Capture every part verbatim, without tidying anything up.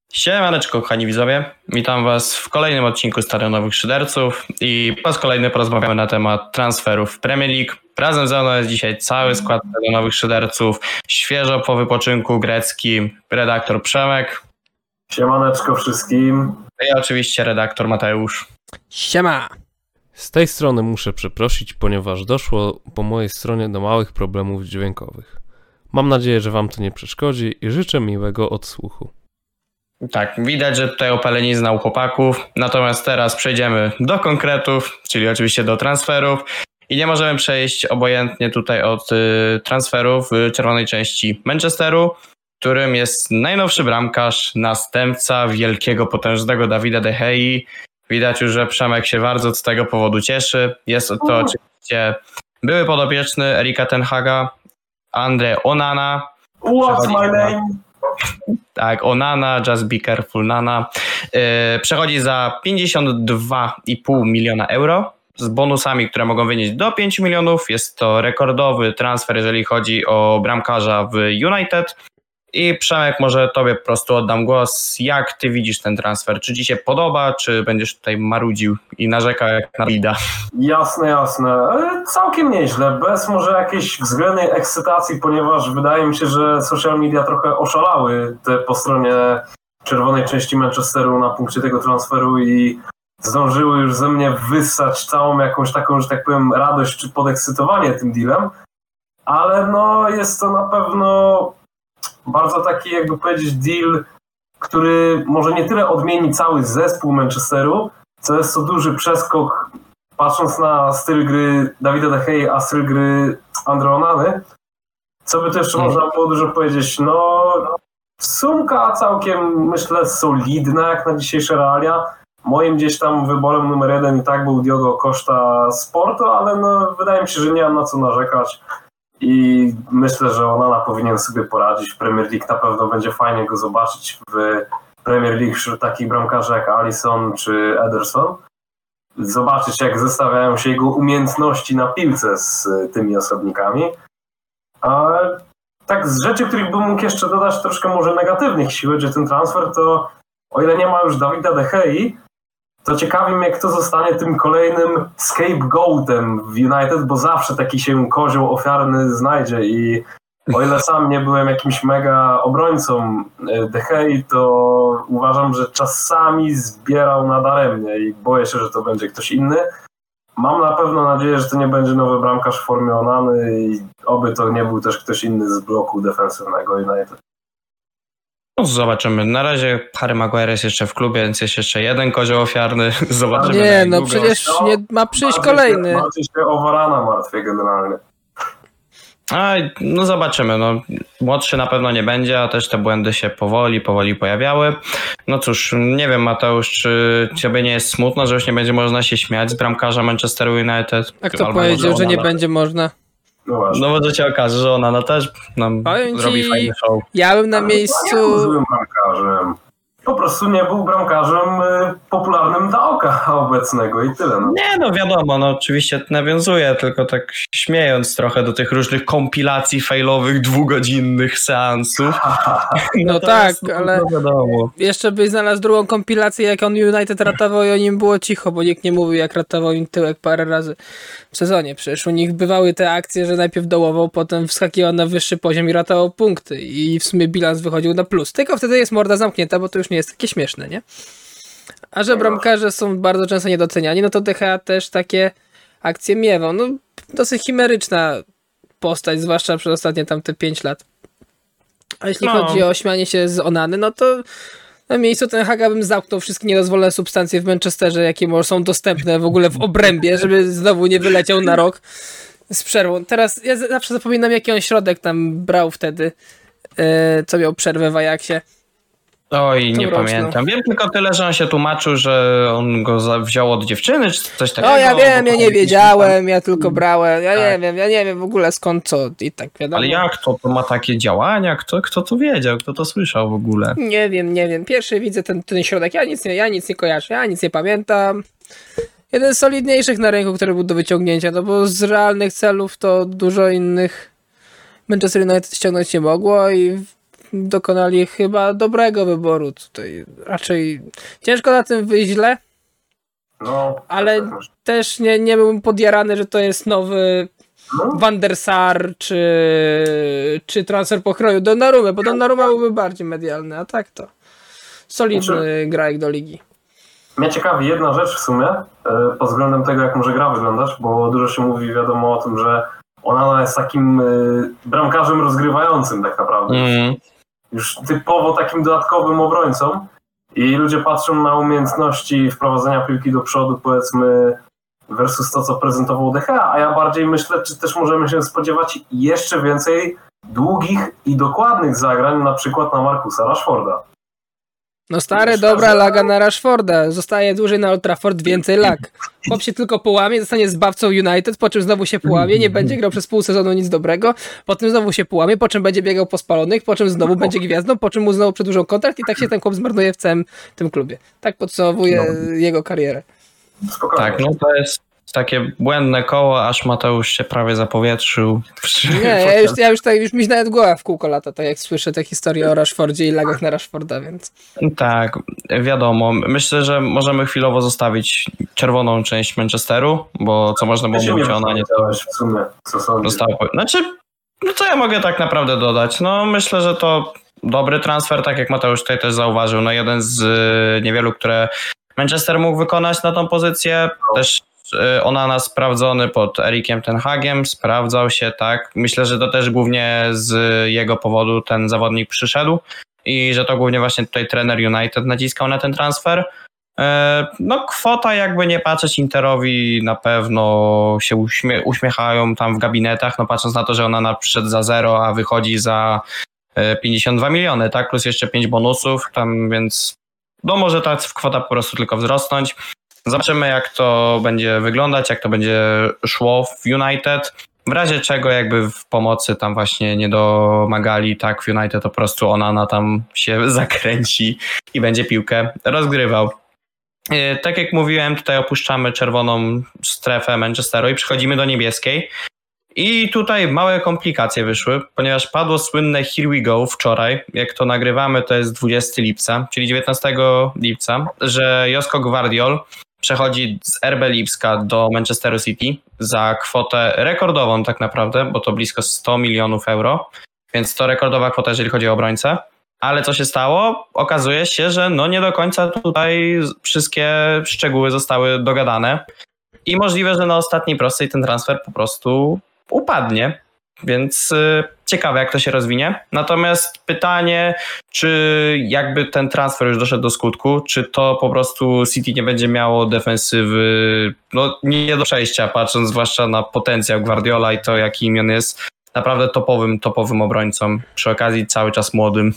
Siemaneczko, kochani widzowie. Witam was w kolejnym odcinku Stadionowych Szyderców i po raz kolejny porozmawiamy na temat transferów w Premier League. Razem ze mną jest dzisiaj cały skład Stadionowych Szyderców, świeżo po wypoczynku greckim, redaktor Przemek. Siemaneczko wszystkim. I oczywiście redaktor Mateusz. Siema! Z tej strony muszę przeprosić, ponieważ doszło po mojej stronie do małych problemów dźwiękowych. Mam nadzieję, że wam to nie przeszkodzi i życzę miłego odsłuchu. Tak, widać, że tutaj opalenizna u chłopaków, natomiast teraz przejdziemy do konkretów, czyli oczywiście do transferów i nie możemy przejść obojętnie tutaj od y, transferów w czerwonej części Manchesteru, którym jest najnowszy bramkarz, następca wielkiego, potężnego Davida De Gei. Widać już, że Przemek się bardzo z tego powodu cieszy. Jest to uh. oczywiście były podopieczny Erika ten Haga, Andre Onana. What's my name? Tak, Onana, just be careful, Nana. Yy, przechodzi za pięćdziesiąt dwa i pół miliona euro z bonusami, które mogą wynieść do pięć milionów. Jest to rekordowy transfer, jeżeli chodzi o bramkarza w United. I Przemek, może tobie po prostu oddam głos. Jak ty widzisz ten transfer? Czy ci się podoba, czy będziesz tutaj marudził i narzekał jak na bida? Jasne, jasne. Całkiem nieźle. Bez może jakiejś względnej ekscytacji, ponieważ wydaje mi się, że social media trochę oszalały te po stronie czerwonej części Manchesteru na punkcie tego transferu i zdążyły już ze mnie wyssać całą jakąś taką, że tak powiem, radość czy podekscytowanie tym dealem. Ale no jest to na pewno bardzo taki, jakby powiedzieć, deal, który może nie tyle odmieni cały zespół Manchesteru, co jest to duży przeskok, patrząc na styl gry Davida De Gea, a styl gry Andre Onany. Co by to jeszcze hmm. można było dużo powiedzieć? No, sumka całkiem, myślę, solidna jak na dzisiejsze realia. Moim gdzieś tam wyborem numer jeden i tak był Diogo Costa z Porto, ale no, wydaje mi się, że nie mam na co narzekać. I myślę, że Onana powinien sobie poradzić w Premier League. Na pewno będzie fajnie go zobaczyć w Premier League wśród takich bramkarzy jak Alisson czy Ederson. Zobaczyć, jak zestawiają się jego umiejętności na piłce z tymi osobnikami. A tak z rzeczy, których bym mógł jeszcze dodać troszkę może negatywnych, jeśli chodzi o ten transfer, to o ile nie ma już Davida De Gei, to ciekawi mnie, kto zostanie tym kolejnym scapegoatem w United, bo zawsze taki się kozioł ofiarny znajdzie i o ile sam nie byłem jakimś mega obrońcą De Gei, to uważam, że czasami zbierał nadaremnie i boję się, że to będzie ktoś inny. Mam na pewno nadzieję, że to nie będzie nowy bramkarz w formie Onany i oby to nie był też ktoś inny z bloku defensywnego United. No zobaczymy. Na razie Harry Maguire jest jeszcze w klubie, więc jest jeszcze jeden kozioł ofiarny. Zobaczymy. Nie, no przecież nie ma przyjść martwię kolejny. Się, martwię się o Varana martwię generalnie. A, no zobaczymy. No, młodszy na pewno nie będzie, a też te błędy się powoli, powoli pojawiały. No cóż, nie wiem, Mateusz, czy ciebie nie jest smutno, że już nie będzie można się śmiać z bramkarza Manchesteru United? A kto powiedział, że nie na... będzie można? No, no może się okaże, że ona no też nam Powiem robi ci, fajny show. Ja bym na Ale miejscu... Nie był złym bramkarzem. Po prostu nie był bramkarzem y, popularnym dla oka obecnego i tyle. No. Nie, no wiadomo, no oczywiście nawiązuje, tylko tak śmiejąc trochę do tych różnych kompilacji failowych, dwugodzinnych seansów. No, no tak, jest, ale wiadomo. Jeszcze byś znalazł drugą kompilację, jak on United ratował i o nim było cicho, bo nikt nie mówił, jak ratował im tyłek parę razy w sezonie. Przecież u nich bywały te akcje, że najpierw dołował, potem wskakiwał na wyższy poziom i ratował punkty i w sumie bilans wychodził na plus. Tylko wtedy jest morda zamknięta, bo to już nie jest takie śmieszne, nie? A że bramkarze są bardzo często niedoceniani, no to De Gea też takie akcje miewał. No, dosyć chimeryczna postać, zwłaszcza przez ostatnie tam te pięć lat. A jeśli no. chodzi o śmianie się z Onany, no to na miejscu ten Haga bym zamknął wszystkie niedozwolone substancje w Manchesterze, jakie może są dostępne w ogóle w obrębie, żeby znowu nie wyleciał na rok z przerwą. Teraz ja zawsze zapominam, jaki on środek tam brał wtedy, yy, co miał przerwę w Ajaxie. Oj, nie roczną. Pamiętam. Wiem tylko tyle, że on się tłumaczył, że on go wziął od dziewczyny, czy coś takiego. No ja wiem, ja nie wiedziałem, ja tylko brałem, ja tak. nie wiem, ja nie wiem w ogóle skąd co i tak wiadomo. Ale jak to, to ma takie działania? Kto, kto to wiedział? Kto to słyszał w ogóle? Nie wiem, nie wiem. Pierwszy widzę ten, ten środek, ja nic, nie, ja nic nie kojarzę, ja nic nie pamiętam. Jeden z solidniejszych na rynku, który był do wyciągnięcia, no bo z realnych celów to dużo innych Manchester United ściągnąć nie mogło i dokonali chyba dobrego wyboru tutaj. Raczej ciężko na tym wyjść źle, No, ale tak, tak, też nie, nie byłbym podjarany, że to jest nowy no. Van der Sar czy, czy transfer pokroju Donnarummy, bo Donnarumma byłby bardziej medialny, a tak to solidny Znaczy- grajek do ligi. Mnie ciekawi jedna rzecz w sumie, e, pod względem tego, jak może gra wyglądać, bo dużo się mówi, wiadomo o tym, że Onana jest takim e, bramkarzem rozgrywającym tak naprawdę. Mm. Już typowo takim dodatkowym obrońcą i ludzie patrzą na umiejętności wprowadzenia piłki do przodu, powiedzmy, versus to, co prezentował De Gea, a ja bardziej myślę, czy też możemy się spodziewać jeszcze więcej długich i dokładnych zagrań, na przykład na Marcusa Rashforda. No stary, Myślę, dobra że- laga na Rashforda. Zostaje dłużej na Old Trafford, więcej lag. Chłop się tylko połamie, zostanie zbawcą United, po czym znowu się połamie, nie będzie grał przez pół sezonu nic dobrego, potem znowu się połamie, po czym będzie biegał po spalonych, po czym znowu będzie gwiazdą, po czym mu znowu przedłużą kontrakt i tak się ten chłop zmarnuje w całym tym klubie. Tak podsumowuje No. jego karierę. Spokojnie. Tak, no to jest takie błędne koło, aż Mateusz się prawie zapowietrzył. Nie, ja już, ja już, tak, już mi nawet głowa w kółko lata, tak jak słyszę te historie o Rashfordzie i lagach na Rashforda, więc... Tak, wiadomo. Myślę, że możemy chwilowo zostawić czerwoną część Manchesteru, bo co można było Ty się mówić nie o Onanie, to wypowiedziałeś w sumie, co sądzisz? zostało... po- Znaczy, no co ja mogę tak naprawdę dodać? No myślę, że to dobry transfer, tak jak Mateusz tutaj też zauważył. No jeden z y, niewielu, które Manchester mógł wykonać na tą pozycję. Też y, Onana sprawdzony pod Erikiem ten Hagiem, sprawdzał się, tak. Myślę, że to też głównie z jego powodu ten zawodnik przyszedł i że to głównie właśnie tutaj trener United naciskał na ten transfer. E, No kwota, jakby nie patrzeć, Interowi na pewno się uśmie- uśmiechają tam w gabinetach, no patrząc na to, że ona przyszedł za zero, a wychodzi za e, pięćdziesiąt dwa miliony, tak, plus jeszcze pięć bonusów, tam więc no może ta kwota po prostu tylko wzrosnąć. Zobaczymy, jak to będzie wyglądać, jak to będzie szło w United. W razie czego jakby w pomocy tam właśnie nie domagali, tak, w United to po prostu Onana tam się zakręci i będzie piłkę rozgrywał. E, Tak jak mówiłem, tutaj opuszczamy czerwoną strefę Manchesteru i przechodzimy do niebieskiej. I tutaj małe komplikacje wyszły, ponieważ padło słynne here we go wczoraj, jak to nagrywamy, to jest dwudziestego lipca, czyli dziewiętnastego lipca, że Josko Gvardiol przechodzi z R B Lipska do Manchesteru City za kwotę rekordową tak naprawdę, bo to blisko sto milionów euro, więc to rekordowa kwota, jeżeli chodzi o obrońcę. Ale co się stało? Okazuje się, że no nie do końca tutaj wszystkie szczegóły zostały dogadane i możliwe, że na ostatniej prostej ten transfer po prostu upadnie, więc y, ciekawe, jak to się rozwinie. Natomiast pytanie, czy jakby ten transfer już doszedł do skutku, czy to po prostu City nie będzie miało defensywy no nie do przejścia, patrząc zwłaszcza na potencjał Guardiola i to, jakim on jest naprawdę topowym, topowym obrońcą, przy okazji cały czas młodym.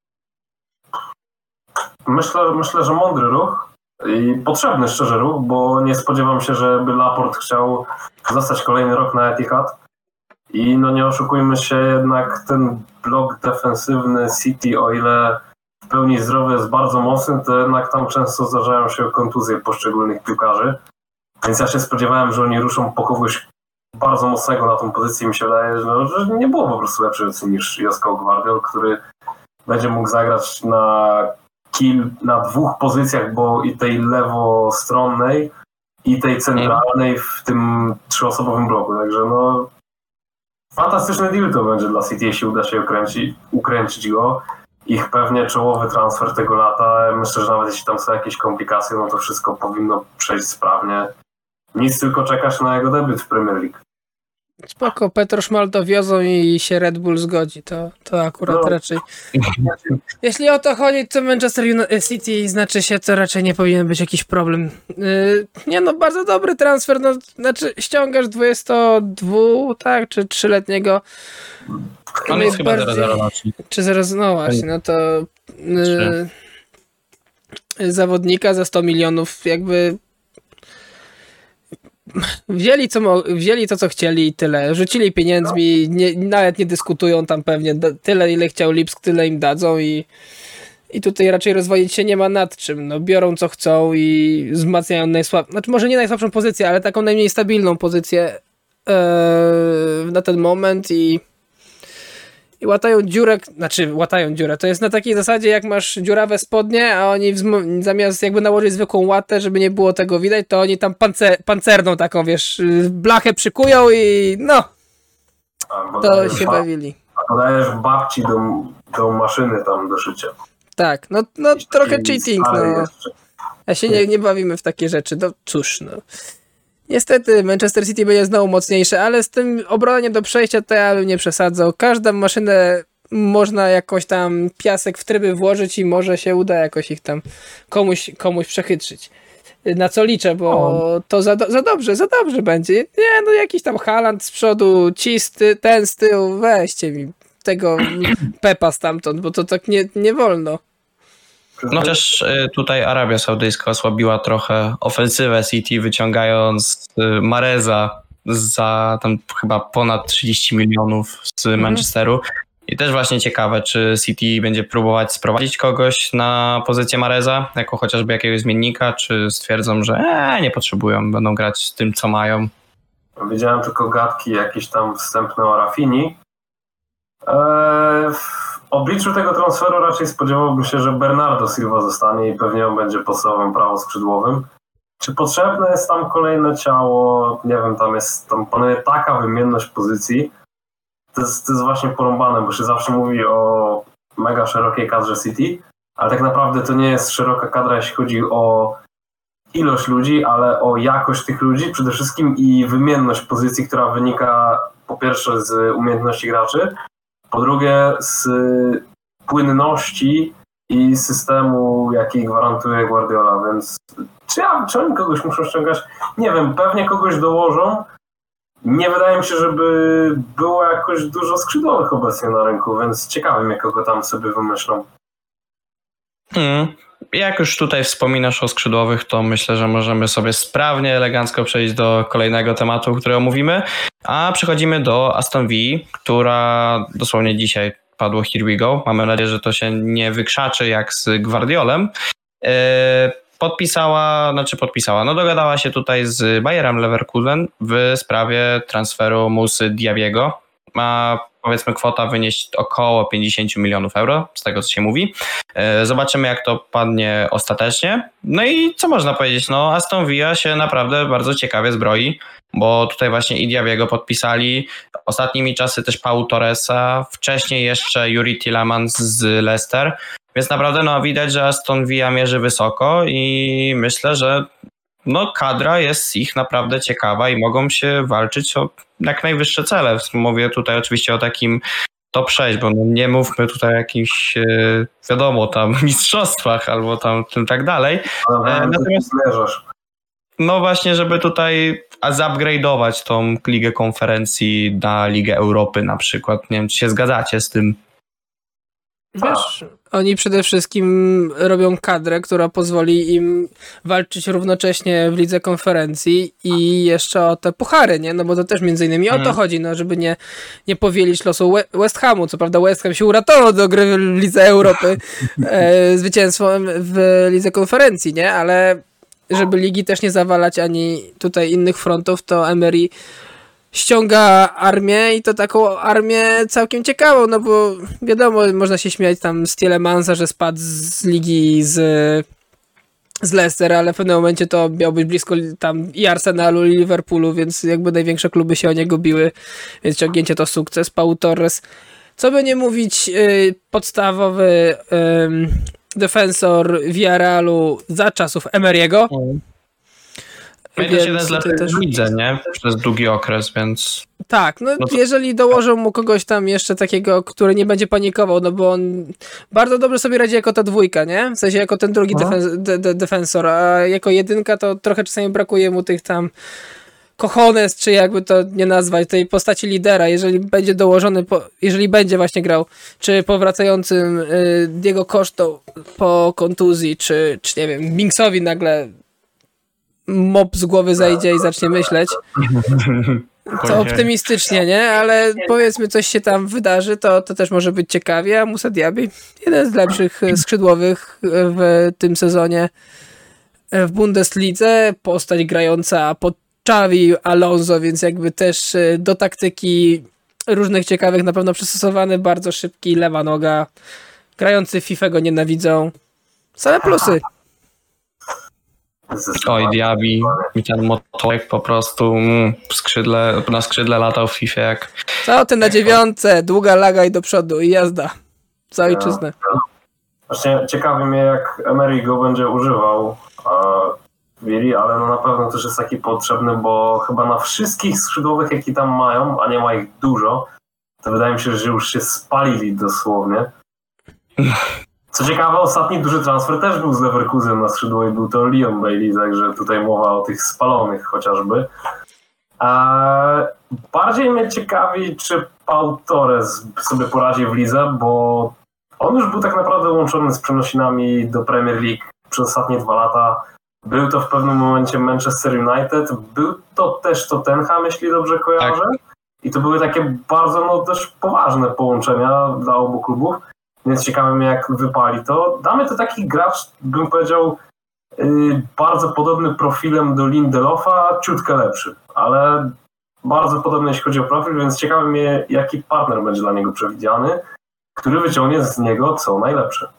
Myślę, myślę, że mądry ruch i potrzebny szczerze ruch, bo nie spodziewam się, żeby Laporte chciał zostać kolejny rok na Etihad. I no nie oszukujmy się, jednak ten blok defensywny City, o ile w pełni zdrowy jest bardzo mocny, to jednak tam często zdarzają się kontuzje poszczególnych piłkarzy. Więc ja się spodziewałem, że oni ruszą po kogoś bardzo mocnego na tą pozycję. Mi się wydaje, że, no, że nie było po prostu lepszej opcji niż Josko Gvardiol, który będzie mógł zagrać na kil, na dwóch pozycjach, bo i tej lewostronnej, i tej centralnej w tym trzyosobowym bloku. Także no fantastyczny deal to będzie dla City, jeśli uda się ukręcić, ukręcić go. Ich pewnie czołowy transfer tego lata. Myślę, że nawet jeśli tam są jakieś komplikacje, no to wszystko powinno przejść sprawnie. Nic, tylko czekasz na jego debiut w Premier League. Spoko, Petroszmal dowiozą i się Red Bull zgodzi, to, to akurat No. raczej... Jeśli o to chodzi, to Manchester City znaczy się, to raczej nie powinien być jakiś problem. Yy, nie no, bardzo dobry transfer, no, znaczy ściągasz dwudziestodwu, tak, czy trzyletniego... On jest chyba najbardziej- zero zero rocznik. Czy zaraz, no właśnie, no to yy, zawodnika za sto milionów jakby wzięli, co mo- wzięli to, co chcieli i tyle. Rzucili pieniędzmi, nie, nawet nie dyskutują tam pewnie. Da- tyle, ile chciał Lipsk, tyle im dadzą i, i tutaj raczej rozwodzić się nie ma nad czym. No, biorą, co chcą i wzmacniają najsłabszą, znaczy może nie najsłabszą pozycję, ale taką najmniej stabilną pozycję yy, na ten moment i i łatają dziurę, znaczy łatają dziurę, to jest na takiej zasadzie, jak masz dziurawe spodnie, a oni wzm- zamiast jakby nałożyć zwykłą łatę, żeby nie było tego widać, to oni tam pance- pancerną taką, wiesz, blachę przykują i no, to się bawili. Podajesz babci do, do maszyny tam do szycia. Tak, no, no trochę cheating, no. Jeszcze. A się nie, nie bawimy w takie rzeczy, no cóż, no. Niestety Manchester City będzie znowu mocniejsze, ale z tym obronie do przejścia to ja bym nie przesadzał. Każdą maszynę można jakoś tam piasek w tryby włożyć i może się uda jakoś ich tam komuś, komuś przechytrzyć. Na co liczę, bo o. to za, do, za dobrze, za dobrze będzie. Nie, no jakiś tam Haaland z przodu, ci z ty, ten z tyłu, weźcie mi tego Pepa stamtąd, bo to tak nie, nie wolno. No też tutaj Arabia Saudyjska osłabiła trochę ofensywę City, wyciągając Mareza za tam chyba ponad trzydzieści milionów z Manchesteru. Mhm. I też właśnie ciekawe, czy City będzie próbować sprowadzić kogoś na pozycję Mareza, jako chociażby jakiegoś zmiennika, czy stwierdzą, że ee, nie potrzebują, będą grać z tym, co mają. Widziałem tylko gadki jakieś tam wstępne o Rafini. Eee, w obliczu tego transferu raczej spodziewałbym się, że Bernardo Silva zostanie i pewnie on będzie podstawowym prawoskrzydłowym. Czy potrzebne jest tam kolejne ciało? Nie wiem, tam jest, tam panuje taka wymienność pozycji. To jest, to jest właśnie porąbane, bo się zawsze mówi o mega szerokiej kadrze City, ale tak naprawdę to nie jest szeroka kadra, jeśli chodzi o ilość ludzi, ale o jakość tych ludzi przede wszystkim i wymienność pozycji, która wynika po pierwsze z umiejętności graczy, po drugie z płynności i systemu, jaki gwarantuje Guardiola, więc czy, ja, czy oni kogoś muszą ściągać? Nie wiem, pewnie kogoś dołożą. Nie wydaje mi się, żeby było jakoś dużo skrzydłowych obecnie na rynku, więc ciekawy mnie, kogo tam sobie wymyślą. Hmm. Jak już tutaj wspominasz o skrzydłowych, to myślę, że możemy sobie sprawnie, elegancko przejść do kolejnego tematu, który omówimy, a przechodzimy do Aston Villa, która dosłownie dzisiaj padło here we go. Mamy nadzieję, że to się nie wykrzaczy jak z Guardiolem. Yy, podpisała, znaczy podpisała, no dogadała się tutaj z Bayerem Leverkusen w sprawie transferu Musy Diabiego. Ma powiedzmy kwota wynieść około pięćdziesiąt milionów euro, z tego co się mówi. Zobaczymy jak to padnie ostatecznie. No i co można powiedzieć, no Aston Villa się naprawdę bardzo ciekawie zbroi, bo tutaj właśnie i Diabiego podpisali, ostatnimi czasy też Pau Torresa, wcześniej jeszcze Yuri Tielemans z Leicester, więc naprawdę no widać, że Aston Villa mierzy wysoko i myślę, że no kadra jest ich naprawdę ciekawa i mogą się walczyć o jak najwyższe cele. Mówię tutaj oczywiście o takim top sześć, bo no nie mówmy tutaj o jakichś, wiadomo, tam mistrzostwach albo tam tym tak dalej. Ale natomiast no właśnie, żeby tutaj zupgrade'ować tą Ligę Konferencji na Ligę Europy na przykład. Nie wiem, czy się zgadzacie z tym? Wiesz, oni przede wszystkim robią kadrę, która pozwoli im walczyć równocześnie w Lidze Konferencji i jeszcze o te puchary, nie? No bo to też między innymi mhm. o to chodzi, no żeby nie, nie powielić losu West Hamu. Co prawda West Ham się uratował do gry w Lidze Europy e, zwycięstwem w Lidze Konferencji, nie? Ale żeby ligi też nie zawalać ani tutaj innych frontów, to Emery ściąga armię i to taką armię całkiem ciekawą, no bo wiadomo, można się śmiać tam z Tielemannsa, że spadł z ligi z, z Leicester, ale w pewnym momencie to miał być blisko tam i Arsenalu, i Liverpoolu, więc jakby największe kluby się o niego biły, więc ciągnięcie to sukces. Pau Torres, co by nie mówić, yy, podstawowy yy, defensor Villarrealu za czasów Emery'ego. Mm. No i to jest jeden z lepszych też widzę, nie? Przez długi okres, więc... Tak, no, no to... jeżeli dołożą mu kogoś tam jeszcze takiego, który nie będzie panikował, no bo on bardzo dobrze sobie radzi jako ta dwójka, nie? W sensie jako ten drugi no. defen- de- de- defensor, a jako jedynka to trochę czasami brakuje mu tych tam cojones, czy jakby to nie nazwać, tej postaci lidera, jeżeli będzie dołożony, po, jeżeli będzie właśnie grał, czy powracającym y, Diego Costa po kontuzji, czy, czy nie wiem, Minksowi nagle mop z głowy zejdzie i zacznie myśleć. To optymistycznie, nie? Ale powiedzmy coś się tam wydarzy, to, to też może być ciekawie, a Musa Diaby, jeden z lepszych skrzydłowych w tym sezonie w Bundeslidze, postać grająca pod Xavi Alonso, więc jakby też do taktyki różnych ciekawych, na pewno przystosowany, bardzo szybki, lewa noga. Grający w FIFA go nienawidzą. Same plusy. Oj, Diaby i ten motorek po prostu mm, w skrzydle, na skrzydle latał w FIFA jak... Co ty na dziewiątce? Długa laga i do przodu i jazda. Za ojczyznę. Właśnie ciekawi mnie, jak Emery go będzie używał Willi, ale no na pewno też jest taki potrzebny, bo chyba na wszystkich skrzydłowych, jakie tam mają, a nie ma ich dużo, to wydaje mi się, że już się spalili dosłownie. Co ciekawe, ostatni duży transfer też był z Leverkusen na skrzydło i był to Leon Bailey, także tutaj mowa o tych spalonych chociażby. Eee, bardziej mnie ciekawi, czy Pau Torres sobie poradzi w lidze, bo on już był tak naprawdę łączony z przenosinami do Premier League przez ostatnie dwa lata. Był to w pewnym momencie Manchester United, był to też Tottenham, jeśli dobrze kojarzę. Tak. I to były takie bardzo no, dość poważne połączenia dla obu klubów, więc ciekawe mnie, jak wypali to. Damy to taki gracz, bym powiedział, yy, bardzo podobny profilem do Lindelofa, ciutkę lepszy, ale bardzo podobny, jeśli chodzi o profil, więc ciekawe mnie, jaki partner będzie dla niego przewidziany, który wyciągnie z niego co najlepsze.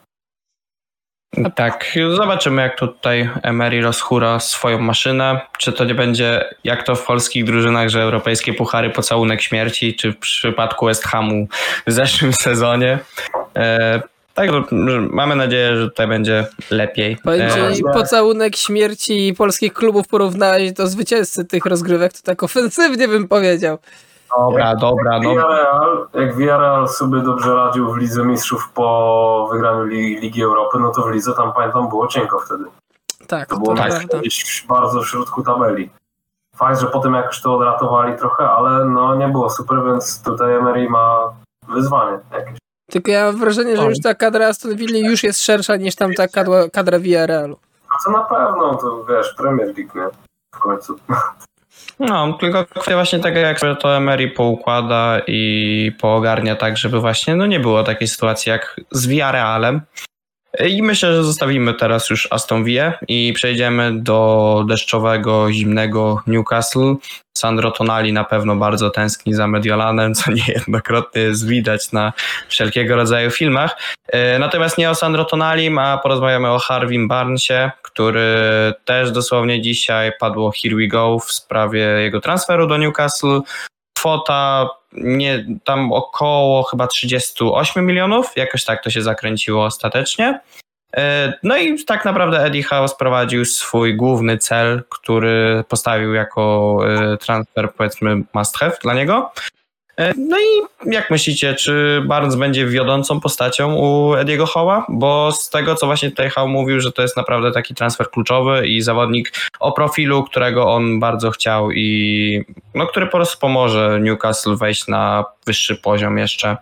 Tak, zobaczymy, jak tutaj Emery rozchura swoją maszynę. Czy to nie będzie, jak to w polskich drużynach, że europejskie puchary pocałunek śmierci, czy w przypadku West Hamu w zeszłym sezonie. E, tak, mamy nadzieję, że tutaj będzie lepiej. Będzie e, pocałunek śmierci polskich klubów porównać do zwycięzcy tych rozgrywek, to tak ofensywnie bym powiedział. Dobra, jak, dobra. Jak, no. Villarreal, jak Villarreal sobie dobrze radził w Lidze Mistrzów po wygraniu Ligi Europy, no to w Lidze tam, pamiętam, było cienko wtedy. Tak, to było tak, gdzieś bardzo w środku tabeli. Fakt, że potem jakoś to odratowali trochę, ale no nie było super, więc tutaj Emery ma wyzwanie jakieś. Tylko ja mam wrażenie, że już ta kadra Aston Villa już jest szersza niż tam ta kadra, kadra Villarrealu. A co na pewno, to wiesz, Premier League, nie? W końcu. No, tylko kwestia właśnie tego, jak sobie to Emery poukłada i poogarnia tak, żeby właśnie no nie było takiej sytuacji jak z Villarrealem. I myślę, że zostawimy teraz już Aston Villę i przejdziemy do deszczowego, zimnego Newcastle. Sandro Tonali na pewno bardzo tęskni za Mediolanem, co niejednokrotnie jest widać na wszelkiego rodzaju filmach. Natomiast nie o Sandro Tonalim, a porozmawiamy o Harvey Barnesie, który też dosłownie dzisiaj padło here we go w sprawie jego transferu do Newcastle. Kwota nie, tam około chyba trzydzieści osiem milionów, jakoś tak to się zakręciło ostatecznie. No i tak naprawdę Eddie Howe sprowadził swój główny cel, który postawił jako transfer, powiedzmy, must have dla niego. No i jak myślicie, czy Barnes będzie wiodącą postacią u Ediego Howe'a? Bo z tego, co właśnie tutaj Howe mówił, że to jest naprawdę taki transfer kluczowy i zawodnik o profilu, którego on bardzo chciał i no, który po prostu pomoże Newcastle wejść na wyższy poziom jeszcze.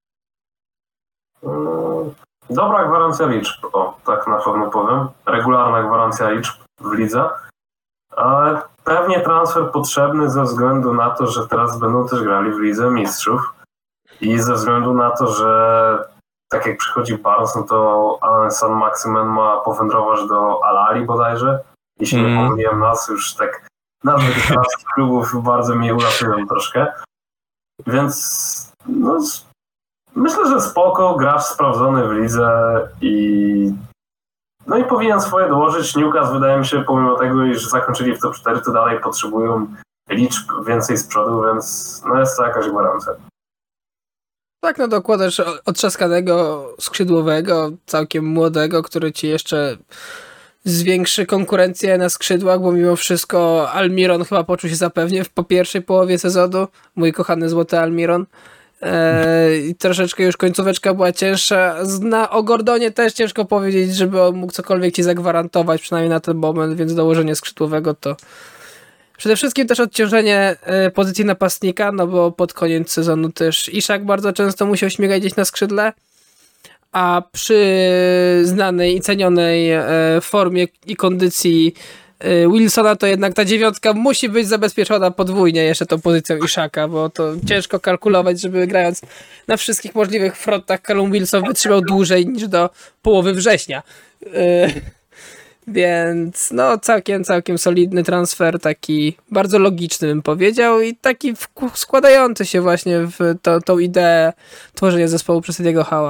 Dobra gwarancja liczb, o, tak na pewno powiem. Regularna gwarancja liczb w lidze. Ale pewnie transfer potrzebny ze względu na to, że teraz będą też grali w Lidze Mistrzów i ze względu na to, że tak jak przychodzi Barnes, no to Alan Saint-Maximin ma powędrować do Al-Ahli bodajże. Jeśli mm. nie pomyliłem nas, już tak nazwy tych arabskich klubów bardzo mnie ulatują troszkę. Więc no, myślę, że spoko, gracz sprawdzony w lidze i no i powinien swoje dołożyć. Newcastle, wydaje mi się, pomimo tego, iż zakończyli w top cztery, to dalej potrzebują liczb więcej z przodu, więc no jest to jakaś gwarancja. Tak, no dokładasz otrzaskanego skrzydłowego, całkiem młodego, który ci jeszcze zwiększy konkurencję na skrzydłach, bo mimo wszystko Almiron chyba poczuł się zapewnie po pierwszej połowie sezonu. Mój kochany złoty Almiron. I troszeczkę już końcóweczka była cięższa. Na o Gordonie też ciężko powiedzieć, żeby on mógł cokolwiek ci zagwarantować, przynajmniej na ten moment, więc dołożenie skrzydłowego to przede wszystkim też odciążenie pozycji napastnika, no bo pod koniec sezonu też Iszak bardzo często musiał śmigać gdzieś na skrzydle, a przy znanej i cenionej formie i kondycji Wilsona to jednak ta dziewiątka musi być zabezpieczona podwójnie jeszcze tą pozycją Iszaka, bo to ciężko kalkulować, żeby grając na wszystkich możliwych frontach Callum Wilson wytrzymał dłużej niż do połowy września. Więc no całkiem, całkiem solidny transfer, taki bardzo logiczny bym powiedział i taki składający się właśnie w to, tą ideę tworzenia zespołu przez Eddie'ego Howe'a.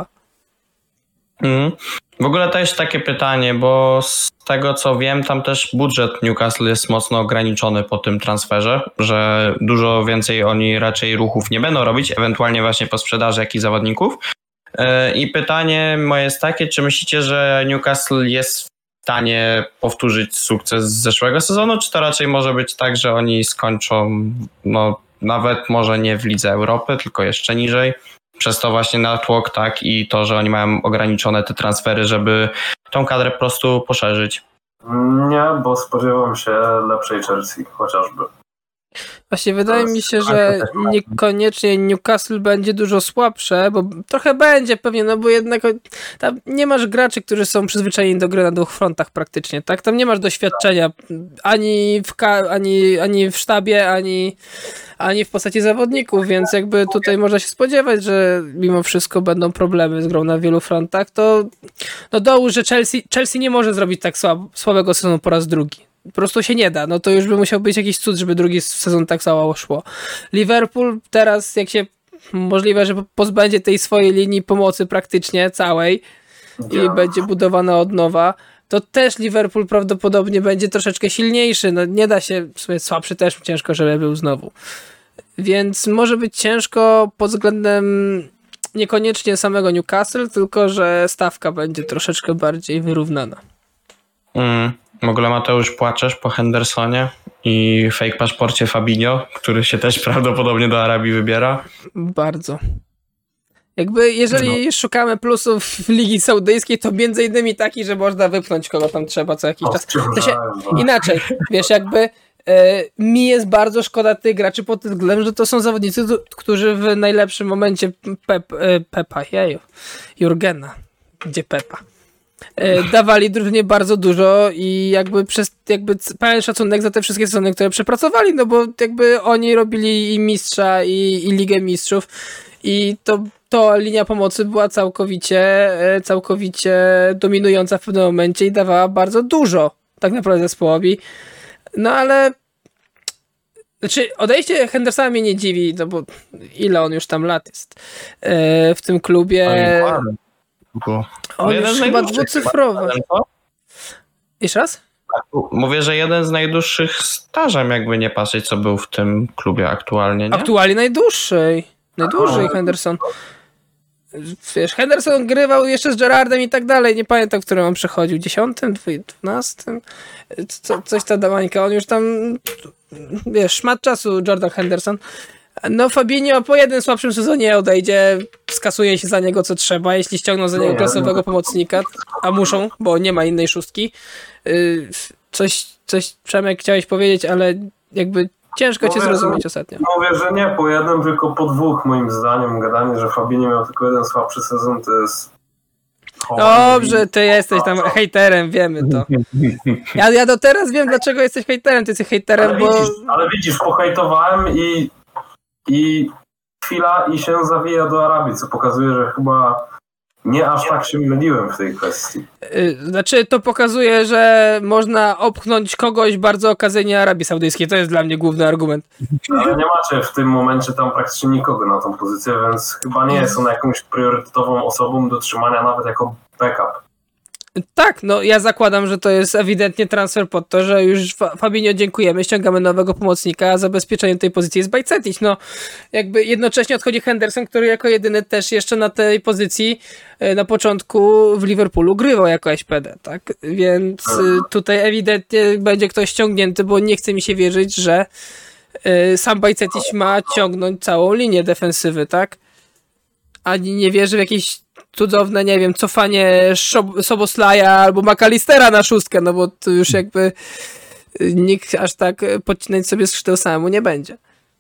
Mm. W ogóle też takie pytanie, bo z tego co wiem, tam też budżet Newcastle jest mocno ograniczony po tym transferze, że dużo więcej oni raczej ruchów nie będą robić, ewentualnie właśnie po sprzedaży jakichś zawodników. I pytanie moje jest takie, czy myślicie, że Newcastle jest w stanie powtórzyć sukces z zeszłego sezonu, czy to raczej może być tak, że oni skończą no nawet może nie w Lidze Europy, tylko jeszcze niżej? Przez to właśnie natłok, tak, i to, że oni mają ograniczone te transfery, żeby tą kadrę po prostu poszerzyć. Nie, bo spodziewam się lepszej Chelsea chociażby. Właśnie wydaje mi się, że niekoniecznie Newcastle będzie dużo słabsze, bo trochę będzie pewnie, no bo jednak tam nie masz graczy, którzy są przyzwyczajeni do gry na dwóch frontach praktycznie, tak? Tam nie masz doświadczenia ani w, ka- ani, ani w sztabie, ani, ani w postaci zawodników, więc jakby tutaj można się spodziewać, że mimo wszystko będą problemy z grą na wielu frontach, to no dołóż, że Chelsea, Chelsea nie może zrobić tak słab- słabego sezonu po raz drugi. Po prostu się nie da. No to już by musiał być jakiś cud, żeby drugi sezon tak samo szło. Liverpool teraz, jak się możliwe, że pozbędzie tej swojej linii pomocy praktycznie całej i yeah. będzie budowana od nowa, to też Liverpool prawdopodobnie będzie troszeczkę silniejszy. No nie da się, w sumie słabszy też ciężko, żeby był znowu. Więc może być ciężko pod względem niekoniecznie samego Newcastle, tylko że stawka będzie troszeczkę bardziej wyrównana. Mm. W ogóle Mateusz, płaczesz po Hendersonie i fake paszporcie Fabinho, który się też prawdopodobnie do Arabii wybiera? Bardzo. Jakby jeżeli no. szukamy plusów w Ligi Saudyjskiej, to między innymi taki, że można wypchnąć kogo tam trzeba co jakiś czas. To się, inaczej, wiesz, jakby e, mi jest bardzo szkoda tych graczy pod tym względem, że to są zawodnicy, którzy w najlepszym momencie Pep, e, Pepa, jeju, Jurgena, gdzie Pepa? Dawali drużynie bardzo dużo i jakby przez jakby pełen szacunek za te wszystkie sezony, które przepracowali, no bo jakby oni robili i mistrza i, i Ligę Mistrzów i to, to linia pomocy była całkowicie całkowicie dominująca w pewnym momencie i dawała bardzo dużo tak naprawdę zespołowi, no ale znaczy odejście Hendersona mnie nie dziwi, no bo ile on już tam lat jest w tym klubie. On jeden już chyba dwucyfrowy. Jeszcze raz? Mówię, że jeden z najdłuższych stażem, jakby nie patrzeć, co był w tym klubie aktualnie, nie? Aktualnie najdłuższej. Najdłużej Henderson. Wiesz, Henderson grywał jeszcze z Gerrardem i tak dalej. Nie pamiętam, w którym on przechodził. Dziesiątym? Dwunastym? Co, coś ta dawańka. On już tam, wiesz, szmat czasu Jordan Henderson. No Fabinho po jednym słabszym sezonie odejdzie, skasuje się za niego co trzeba, jeśli ściągną za niego klasowego pomocnika, a muszą, bo nie ma innej szóstki. Coś, coś Przemek chciałeś powiedzieć, ale jakby ciężko cię zrozumieć ostatnio. Mówię, że nie po jednym, tylko po dwóch moim zdaniem. Gadanie, że Fabinho miał tylko jeden słabszy sezon, to jest... Dobrze, ty jesteś tam hejterem, wiemy to. Ja, ja do teraz wiem, dlaczego jesteś hejterem, ty jesteś hejterem, ale bo... Widzisz, ale widzisz, pohejtowałem i I chwila i się zawija do Arabii, co pokazuje, że chyba nie aż tak się myliłem w tej kwestii. Znaczy to pokazuje, że można opchnąć kogoś bardzo okazyjnie Arabii Saudyjskiej. To jest dla mnie główny argument. Ale nie macie w tym momencie tam praktycznie nikogo na tą pozycję, więc chyba nie jest on jakąś priorytetową osobą do trzymania nawet jako backup. Tak, no ja zakładam, że to jest ewidentnie transfer pod to, że już Fabinho dziękujemy, ściągamy nowego pomocnika, a zabezpieczeniem tej pozycji jest Bajcetic. No jakby jednocześnie odchodzi Henderson, który jako jedyny też jeszcze na tej pozycji na początku w Liverpoolu grywał jako S P D, tak? Więc tutaj ewidentnie będzie ktoś ściągnięty, bo nie chce mi się wierzyć, że sam Bajcetic ma ciągnąć całą linię defensywy, tak? Ani nie wierzy w jakieś cudowne, nie wiem, cofanie Soboslaja albo McAllistera na szóstkę, no bo to już jakby nikt aż tak podcinać sobie skrzydeł samemu nie będzie.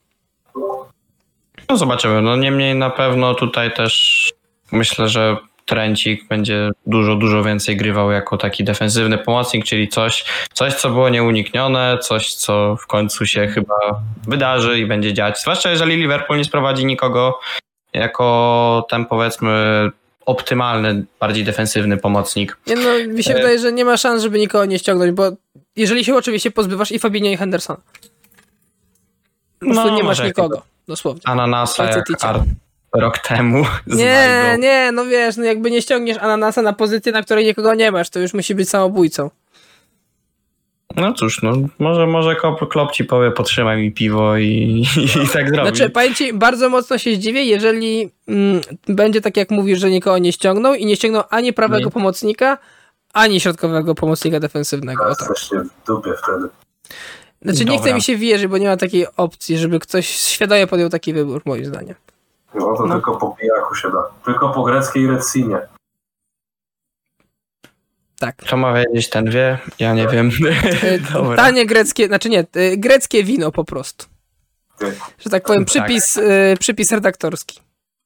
No zobaczymy, no niemniej na pewno tutaj też myślę, że Trencik będzie dużo, dużo więcej grywał jako taki defensywny pomocnik, czyli coś, coś co było nieuniknione, coś co w końcu się chyba wydarzy i będzie dziać, zwłaszcza jeżeli Liverpool nie sprowadzi nikogo jako ten powiedzmy optymalny, bardziej defensywny pomocnik. Nie, no, mi się e... wydaje, że nie ma szans, żeby nikogo nie ściągnąć, bo jeżeli się oczywiście pozbywasz i Fabinho i Hendersona. Po prostu no, nie masz nikogo, dosłownie. Ananasa jak Art rok temu. Nie, nie, no wiesz, no jakby nie ściągniesz Ananasa na pozycję, na której nikogo nie masz, to już musi być samobójcą. No cóż, no może, może Klopp ci powie, potrzymaj mi piwo i, i tak zrobi. Znaczy, powiem ci, bardzo mocno się zdziwię, jeżeli mm, będzie tak jak mówisz, że nikogo nie ściągnął i nie ściągnął ani prawego nie. pomocnika, ani środkowego pomocnika defensywnego. To jesteście w dupie wtedy. Znaczy nie chce mi się wierzyć, bo nie ma takiej opcji, żeby ktoś świadomie podjął taki wybór, moim zdaniem. No to no. tylko po pijaku się da. Tylko po greckiej Recinie. Tak. Kto ma wiedzieć, ten wie. Ja nie wiem. Tanie greckie, znaczy nie, greckie wino po prostu. Że tak powiem, przypis, tak. przypis redaktorski.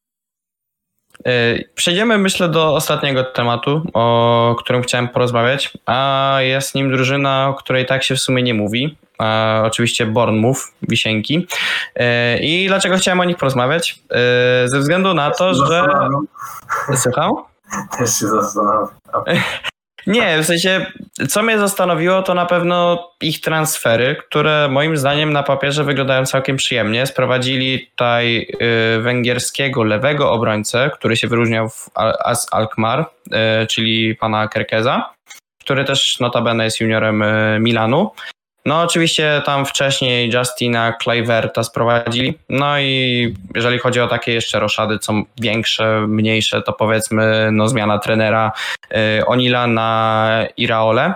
Przejdziemy, myślę, do ostatniego tematu, o którym chciałem porozmawiać, a jest nim drużyna, o której tak się w sumie nie mówi. A oczywiście Bournemouth, Wisienki. I dlaczego chciałem o nich porozmawiać? Ze względu na to, że... Słucham? Też się zastanawiam. Nie, w sensie, co mnie zastanowiło, to na pewno ich transfery, które moim zdaniem na papierze wyglądają całkiem przyjemnie. Sprowadzili tutaj y, węgierskiego lewego obrońcę, który się wyróżniał w AS Alkmaar, y, czyli pana Kerkeza, który też notabene jest juniorem y, Milanu. No oczywiście tam wcześniej Justina Kluiverta sprowadzili, no i jeżeli chodzi o takie jeszcze roszady, co większe, mniejsze, to powiedzmy no zmiana trenera y, Onila na Iraole.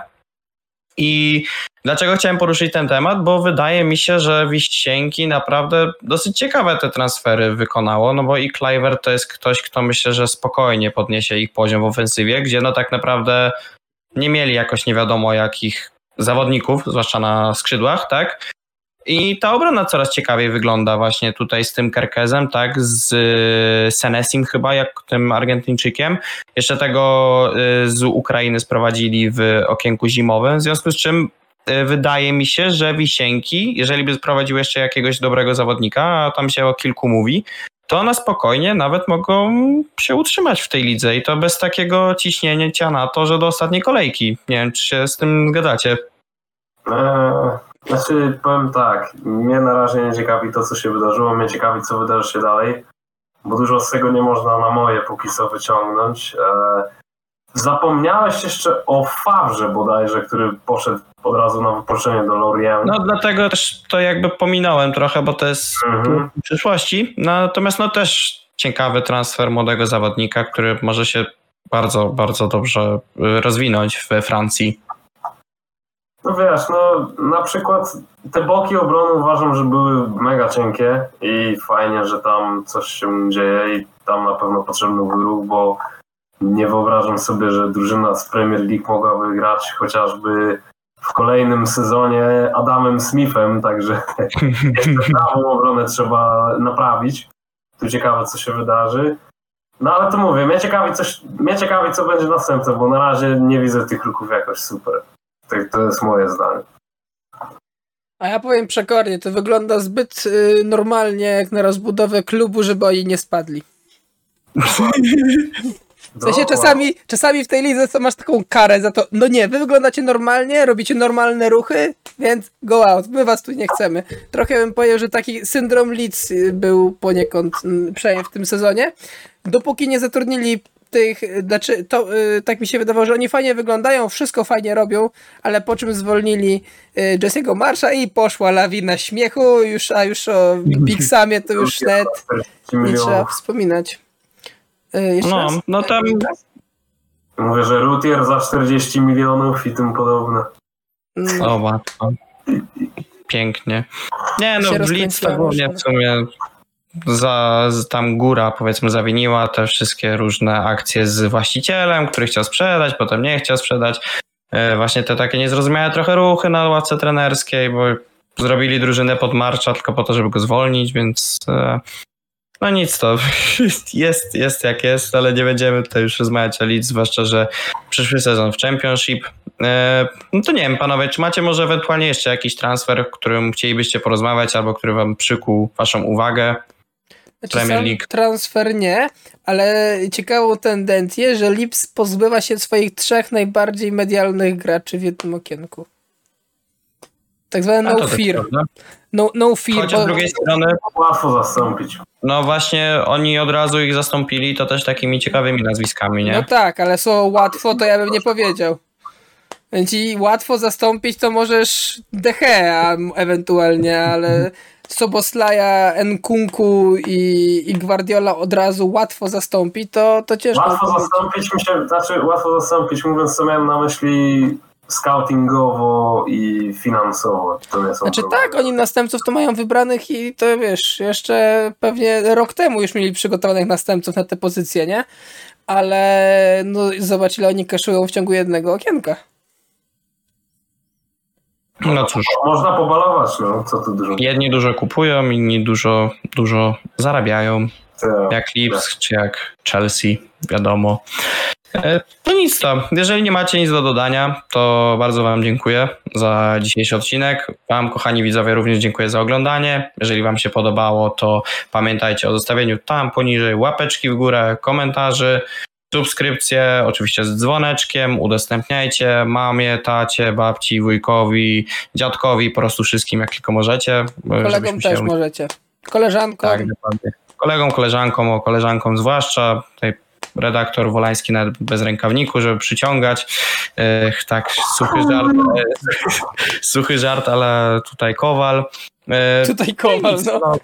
I dlaczego chciałem poruszyć ten temat? Bo wydaje mi się, że Wisienki naprawdę dosyć ciekawe te transfery wykonało, no bo i Kluivert to jest ktoś, kto myślę, że spokojnie podniesie ich poziom w ofensywie, gdzie no tak naprawdę nie mieli jakoś nie wiadomo jakich zawodników, zwłaszcza na skrzydłach, tak? I ta obrona coraz ciekawiej wygląda właśnie tutaj z tym Kerkezem, tak? Z Senesim chyba, jak tym Argentyńczykiem. Jeszcze tego z Ukrainy sprowadzili w okienku zimowym, w związku z czym wydaje mi się, że Wisienki, jeżeli by sprowadził jeszcze jakiegoś dobrego zawodnika, a tam się o kilku mówi, to na spokojnie nawet mogą się utrzymać w tej lidze i to bez takiego ciśnięcia na to, że do ostatniej kolejki. Nie wiem, czy się z tym zgadzacie. Eee, znaczy, powiem tak, mnie na razie nie ciekawi to, co się wydarzyło, mnie ciekawi, co wydarzy się dalej, bo dużo z tego nie można na moje póki co wyciągnąć. Eee, zapomniałeś jeszcze o Favrze bodajże, który poszedł od razu na wypożyczenie do Lorient. No dlatego też to jakby pominąłem trochę, bo to jest mhm. w przyszłości. Natomiast no też ciekawy transfer młodego zawodnika, który może się bardzo, bardzo dobrze rozwinąć we Francji. No wiesz, no na przykład te boki obrony uważam, że były mega cienkie i fajnie, że tam coś się dzieje i tam na pewno potrzebny był ruch, bo nie wyobrażam sobie, że drużyna z Premier League mogłaby grać chociażby w kolejnym sezonie Adamem Smithem, także jeszcze prawą obronę trzeba naprawić. Tu ciekawe, co się wydarzy. No ale to mówię, mnie ciekawi, coś, mnie ciekawi co będzie następne, bo na razie nie widzę tych ruchów jakoś super. To, to jest moje zdanie. A ja powiem przekornie, to wygląda zbyt y, normalnie jak na rozbudowę klubu, żeby oni nie spadli. W sensie czasami, czasami w tej lidze to masz taką karę za to, no nie, wy wyglądacie normalnie, robicie normalne ruchy, więc go out, my was tu nie chcemy. Trochę bym powiedział, że taki syndrom Leeds był poniekąd przynajmniej w tym sezonie. Dopóki nie zatrudnili tych, znaczy to tak mi się wydawało, że oni fajnie wyglądają, wszystko fajnie robią, ale po czym zwolnili Jesse'ego Marsha i poszła lawina śmiechu, już, a już o Big Samie to już net nie trzeba wspominać. Jeszcze no, raz? no tam... Mówię, że Rutier za czterdzieści milionów i tym podobne. No. O matko. Pięknie. Nie no, w Leeds to głównie w sumie za, tam góra powiedzmy zawiniła te wszystkie różne akcje z właścicielem, który chciał sprzedać, potem nie chciał sprzedać. Właśnie te takie niezrozumiałe trochę ruchy na ławce trenerskiej, bo zrobili drużynę pod Marsha tylko po to, żeby go zwolnić, więc... No nic to, jest, jest jak jest, ale nie będziemy tutaj już rozmawiać o Leeds, zwłaszcza, że przyszły sezon w Championship. No to nie wiem, panowie, czy macie może ewentualnie jeszcze jakiś transfer, o którym chcielibyście porozmawiać albo który wam przykuł waszą uwagę? Znaczy, Premier sam League. transfer nie, ale ciekawą tendencję, że Leeds pozbywa się swoich trzech najbardziej medialnych graczy w jednym okienku. Tak zwane A no to też fear. prawda. No, no fear. Chociaż z drugiej strony, Łatwo zastąpić. no właśnie oni od razu ich zastąpili, to też takimi ciekawymi nazwiskami, nie? No tak, ale słowo łatwo to ja bym nie powiedział. Więc i łatwo zastąpić to możesz De Gea ewentualnie, ale Soboslaja, Nkunku i, i Guardiola od razu łatwo zastąpi, to, to ciężko. Łatwo powiedzieć. zastąpić mi się, znaczy łatwo zastąpić, mówiąc co miałem na myśli scoutingowo i finansowo. To nie są Znaczy problemy. tak, oni następców to mają wybranych i to wiesz, jeszcze pewnie rok temu już mieli przygotowanych następców na te pozycje, nie? Ale no zobacz, ile oni kaszują w ciągu jednego okienka. No cóż, Można pobalować, no, co tu dużo. jedni dużo kupują, inni dużo, dużo zarabiają, Tak. jak Leeds czy jak Chelsea, wiadomo. E, To nic to. Jeżeli nie macie nic do dodania, to bardzo wam dziękuję za dzisiejszy odcinek. Wam, kochani widzowie, również dziękuję za oglądanie. Jeżeli wam się podobało, to pamiętajcie o zostawieniu tam poniżej łapeczki w górę, komentarzy, subskrypcje, oczywiście z dzwoneczkiem, udostępniajcie mamie, tacie, babci, wujkowi, dziadkowi, po prostu wszystkim, jak tylko możecie. Kolegom żebyśmy też się... możecie. Koleżankom. Tak, dokładnie. Kolegom, koleżankom, o koleżankom zwłaszcza. Tutaj redaktor Wolański nawet bez rękawniku, żeby przyciągać. Ech, tak, suchy żart, e, suchy żart, ale tutaj Kowal. E, Tutaj Kowal, no. no.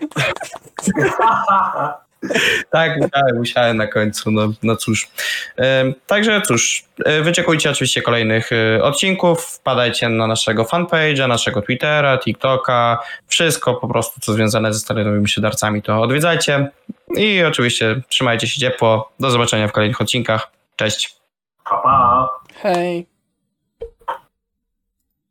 Tak, musiałem, musiałem na końcu, no, no cóż. E, Także cóż, e, wyczekujcie oczywiście kolejnych e, odcinków, wpadajcie na naszego fanpage'a, naszego Twittera, TikToka, wszystko po prostu, co związane ze starymi szydercami, to odwiedzajcie i oczywiście trzymajcie się ciepło, do zobaczenia w kolejnych odcinkach, cześć. Pa, pa. Hej.